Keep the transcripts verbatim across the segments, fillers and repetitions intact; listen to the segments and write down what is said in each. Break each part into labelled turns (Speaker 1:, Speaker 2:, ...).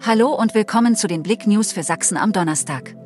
Speaker 1: Hallo und willkommen zu den Blick News für Sachsen am Donnerstag.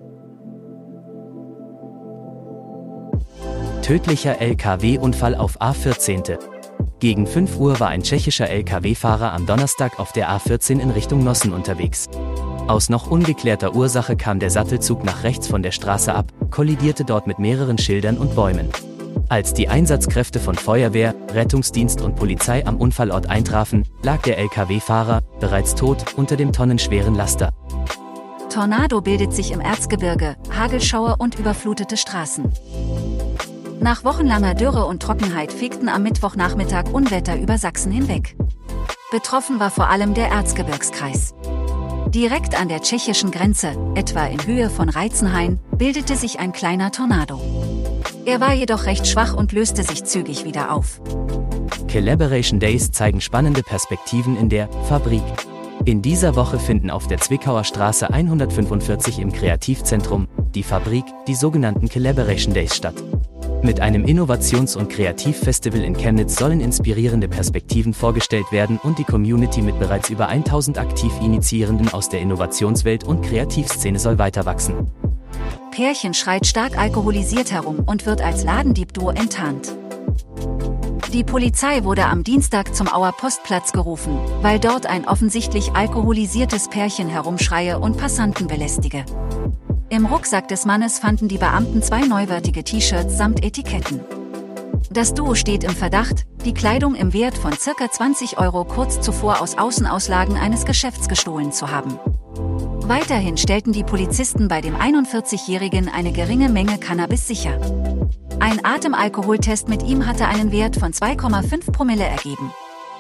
Speaker 2: Tödlicher L K W-Unfall auf A vierzehn. Gegen fünf Uhr war ein tschechischer L K W-Fahrer am Donnerstag auf der A vierzehn in Richtung Nossen unterwegs. Aus noch ungeklärter Ursache kam der Sattelzug nach rechts von der Straße ab, kollidierte dort mit mehreren Schildern und Bäumen. Als die Einsatzkräfte von Feuerwehr, Rettungsdienst und Polizei am Unfallort eintrafen, lag der L K W-Fahrer, bereits tot, unter dem tonnenschweren Laster.
Speaker 1: Tornado bildet sich im Erzgebirge, Hagelschauer und überflutete Straßen. Nach wochenlanger Dürre und Trockenheit fegten am Mittwochnachmittag Unwetter über Sachsen hinweg. Betroffen war vor allem der Erzgebirgskreis. Direkt an der tschechischen Grenze, etwa in Höhe von Reitzenhain, bildete sich ein kleiner Tornado. Er war jedoch recht schwach und löste sich zügig wieder auf.
Speaker 2: Collaboration Days zeigen spannende Perspektiven in der Fabrik. In dieser Woche finden auf der Zwickauer Straße hundertfünfundvierzig im Kreativzentrum, die Fabrik, die sogenannten Collaboration Days statt. Mit einem Innovations- und Kreativfestival in Chemnitz sollen inspirierende Perspektiven vorgestellt werden und die Community mit bereits über tausend aktiv Initiierenden aus der Innovationswelt und Kreativszene soll weiter wachsen.
Speaker 1: Pärchen schreit stark alkoholisiert herum und wird als Ladendiebduo enttarnt. Die Polizei wurde am Dienstag zum Auer Postplatz gerufen, weil dort ein offensichtlich alkoholisiertes Pärchen herumschreie und Passanten belästige. Im Rucksack des Mannes fanden die Beamten zwei neuwertige T-Shirts samt Etiketten. Das Duo steht im Verdacht, die Kleidung im Wert von ca. zwanzig Euro kurz zuvor aus Außenauslagen eines Geschäfts gestohlen zu haben. Weiterhin stellten die Polizisten bei dem einundvierzigjährigen eine geringe Menge Cannabis sicher. Ein Atemalkoholtest mit ihm hatte einen Wert von zwei Komma fünf Promille ergeben.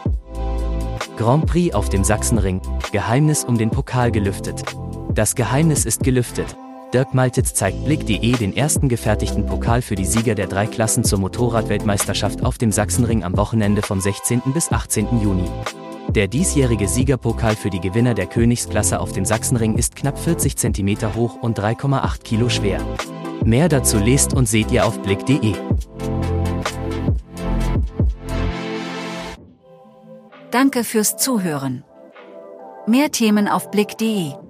Speaker 2: Grand Prix auf dem Sachsenring, Geheimnis um den Pokal gelüftet. Das Geheimnis ist gelüftet. Dirk Maltitz zeigt Blick punkt de den ersten gefertigten Pokal für die Sieger der drei Klassen zur Motorradweltmeisterschaft auf dem Sachsenring am Wochenende vom sechzehnten bis achtzehnten Juni. Der diesjährige Siegerpokal für die Gewinner der Königsklasse auf dem Sachsenring ist knapp vierzig Zentimeter hoch und drei Komma acht Kilo schwer. Mehr dazu lest und seht ihr auf Blick punkt de.
Speaker 1: Danke fürs Zuhören. Mehr Themen auf Blick punkt de.